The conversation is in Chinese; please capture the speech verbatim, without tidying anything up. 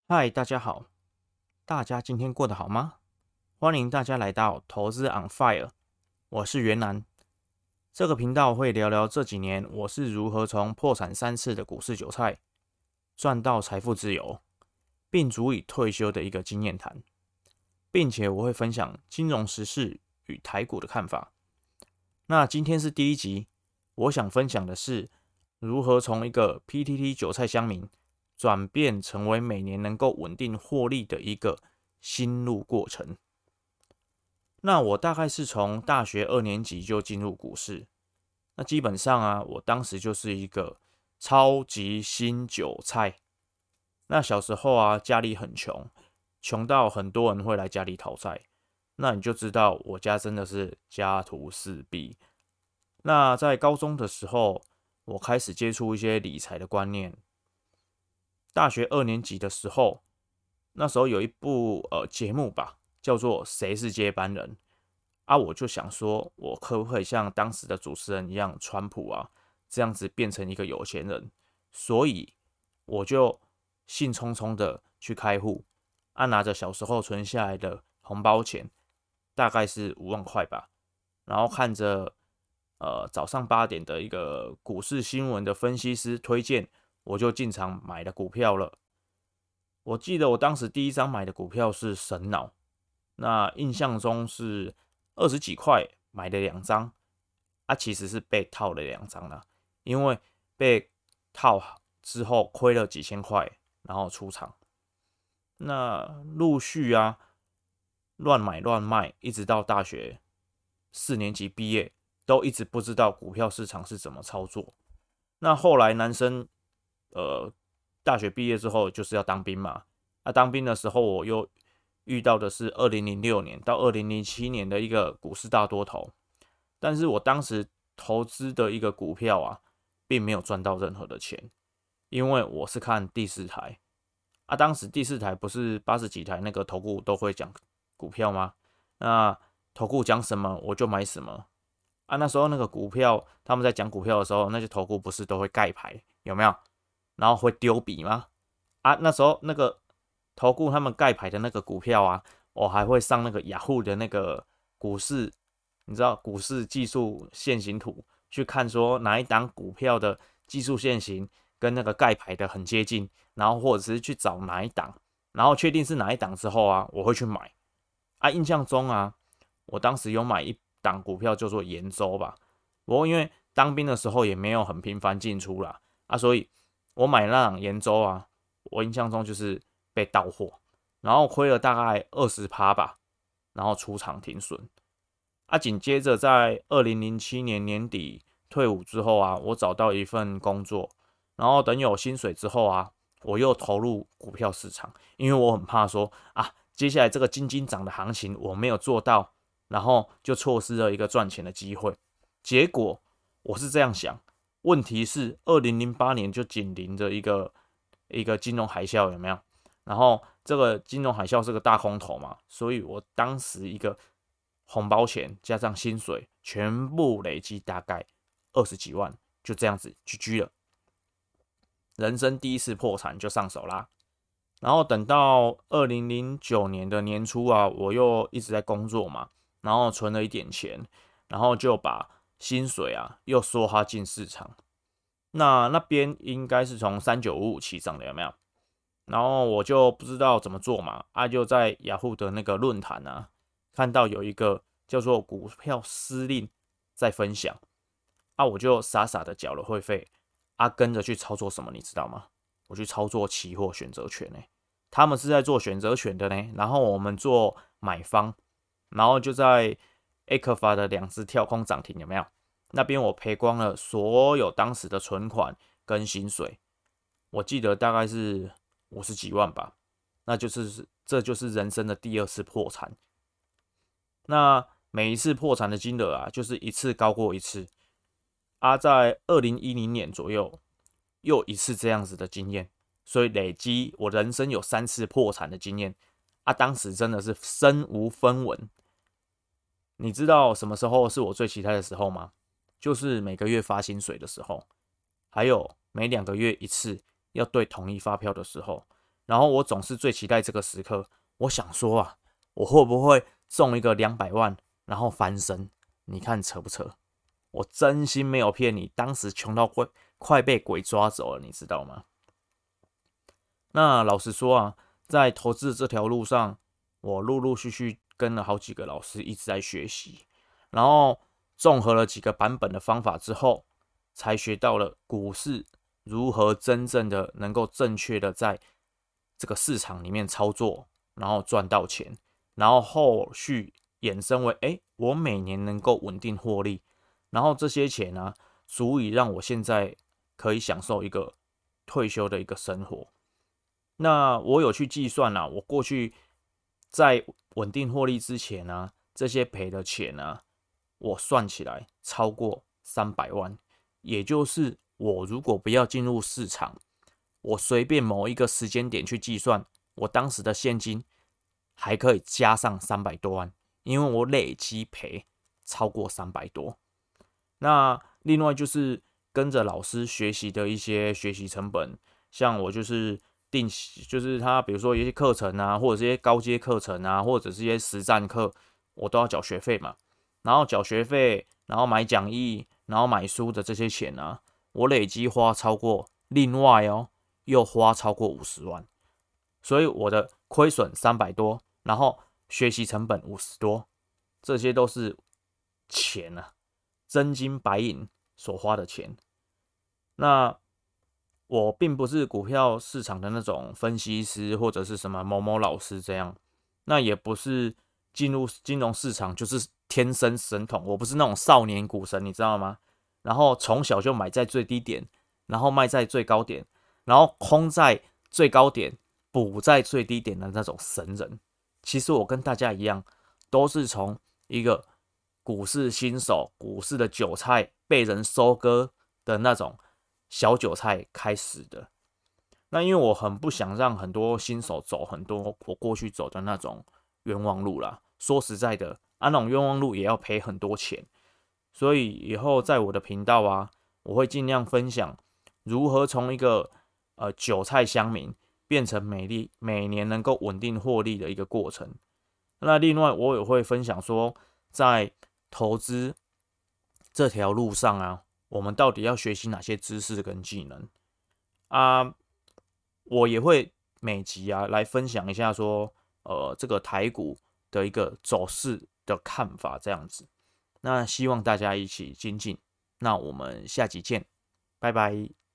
嗨，大家好，大家今天过得好吗？欢迎大家来到投资 on fire，我是袁南。这个频道会聊聊这几年我是如何从破产三次的股市韭菜赚到财富自由，并足以退休的一个经验谈，并且我会分享金融时事与台股的看法。那今天是第一集，我想分享的是如何从一个 P T T 韭菜乡民转变成为每年能够稳定获利的一个心路过程。那我大概是从大学二年级就进入股市，那基本上啊，我当时就是一个超级新韭菜。那小时候啊，家里很穷，穷到很多人会来家里讨债。那你就知道我家真的是家徒四壁。那在高中的时候，我开始接触一些理财的观念。大学二年级的时候，那时候有一部呃节目吧，叫做《谁是接班人》啊，我就想说，我可不可以像当时的主持人一样，川普啊这样子变成一个有钱人？所以我就兴冲冲的去开户，啊，拿着小时候存下来的红包钱，大概是五万块吧，然后看着呃早上八点的一个股市新闻的分析师推荐，我就进场买了股票了。我记得我当时第一张买的股票是神脑，那印象中是二十几块买的两张，啊，其实是被套了两张啦，因为被套之后亏了几千块，然后出场。那陆续啊，乱买乱卖，一直到大学四年级毕业，都一直不知道股票市场是怎么操作。那后来男生，呃，大学毕业之后就是要当兵嘛。那、啊、当兵的时候，我又遇到的是二零零六年到二零零七年的一个股市大多头，但是我当时投资的一个股票啊，并没有赚到任何的钱，因为我是看第四台啊，当时第四台不是八十几台那个投顾都会讲股票吗？那投顾讲什么我就买什么啊。那时候那个股票他们在讲股票的时候，那些投顾不是都会盖牌有没有？然后会丢笔吗？啊，那时候那个投顾他们盖牌的那个股票啊，我还会上那个雅虎的那个股市，你知道股市技术线形图去看说哪一档股票的技术线型跟那个盖牌的很接近，然后或者是去找哪一档，然后确定是哪一档之后啊，我会去买。啊，印象中啊，我当时有买一档股票叫做延州吧，不过因为当兵的时候也没有很频繁进出啦，啊，所以我买那档延州啊，我印象中就是被盗货，然后亏了大概二十趴吧，然后出场停损。啊，紧接着在二零零七年年底退伍之后啊，我找到一份工作，然后等有薪水之后啊，我又投入股票市场，因为我很怕说啊，接下来这个金金涨的行情我没有做到，然后就错失了一个赚钱的机会。结果我是这样想，问题是二零零八年就紧邻着一个一个金融海啸，有没有？然后这个金融海啸是个大空头嘛，所以我当时一个红包钱加上薪水，全部累积大概二十几万，就这样子 G G 了。人生第一次破产就上手啦。然后等到二零零九年的年初啊，我又一直在工作嘛，然后存了一点钱，然后就把薪水啊又梭哈进市场。那那边应该是从三九五五起涨的，有没有？然后我就不知道怎么做嘛，啊就在雅虎的那个论坛啊，看到有一个叫做股票司令在分享，啊我就傻傻的缴了会费，啊跟着去操作什么，你知道吗？我去操作期货选择权呢、欸，他们是在做选择权的呢，然后我们做买方，然后就在 A 克法的两只跳空涨停，有没有？那边我赔光了所有当时的存款跟薪水，我记得大概是五十几万吧，那就是这就是人生的第二次破产。那每一次破产的金额啊，就是一次高过一次。啊，在二零一零年左右，又一次这样子的经验，所以累积我人生有三次破产的经验。啊，当时真的是身无分文。你知道什么时候是我最期待的时候吗？就是每个月发薪水的时候，还有每两个月一次要对统一发票的时候。 然后我总是最期待这个时刻。我想说啊，我会不会中一个两百万，然后翻身？你看扯不扯？我真心没有骗你，当时穷到快快被鬼抓走了，你知道吗？那老实说啊，在投资这条路上，我陆陆续续跟了好几个老师一直在学习，然后综合了几个版本的方法之后，才学到了股市如何真正的能够正确的在这个市场里面操作，然后赚到钱，然后后续衍生为，哎，我每年能够稳定获利，然后这些钱呢、啊，足以让我现在可以享受一个退休的一个生活。那我有去计算啦、啊，我过去在稳定获利之前呢、啊，这些赔的钱呢、啊，我算起来超过三百万，也就是我如果不要进入市场，我随便某一个时间点去计算，我当时的现金还可以加上三百多万，因为我累积赔超过三百多。那另外就是跟着老师学习的一些学习成本，像我就是定期，就是他比如说一些课程啊，或者是一些高阶课程啊，或者是一些实战课，我都要缴学费嘛。然后缴学费，然后买讲义，然后买书的这些钱啊，我累积花超过，另外哦，又花超过五十万，所以我的亏损三百多，然后学习成本五十多，这些都是钱啊，真金白银所花的钱。那我并不是股票市场的那种分析师，或者是什么某某老师这样，那也不是进入金融市场就是天生神童，我不是那种少年股神，你知道吗？然后从小就买在最低点，然后卖在最高点，然后空在最高点，补在最低点的那种神人。其实我跟大家一样，都是从一个股市新手、股市的韭菜被人收割的那种小韭菜开始的。那因为我很不想让很多新手走很多我过去走的那种冤枉路啦。说实在的，啊，那种冤枉路也要赔很多钱。所以以后在我的频道啊，我会尽量分享如何从一个呃韭菜乡民变成美丽每年能够稳定获利的一个过程。那另外我也会分享说，在投资这条路上啊，我们到底要学习哪些知识跟技能啊？我也会每集啊来分享一下说，呃，这个台股的一个走势的看法这样子。那希望大家一起精进。那我们下集见，拜拜。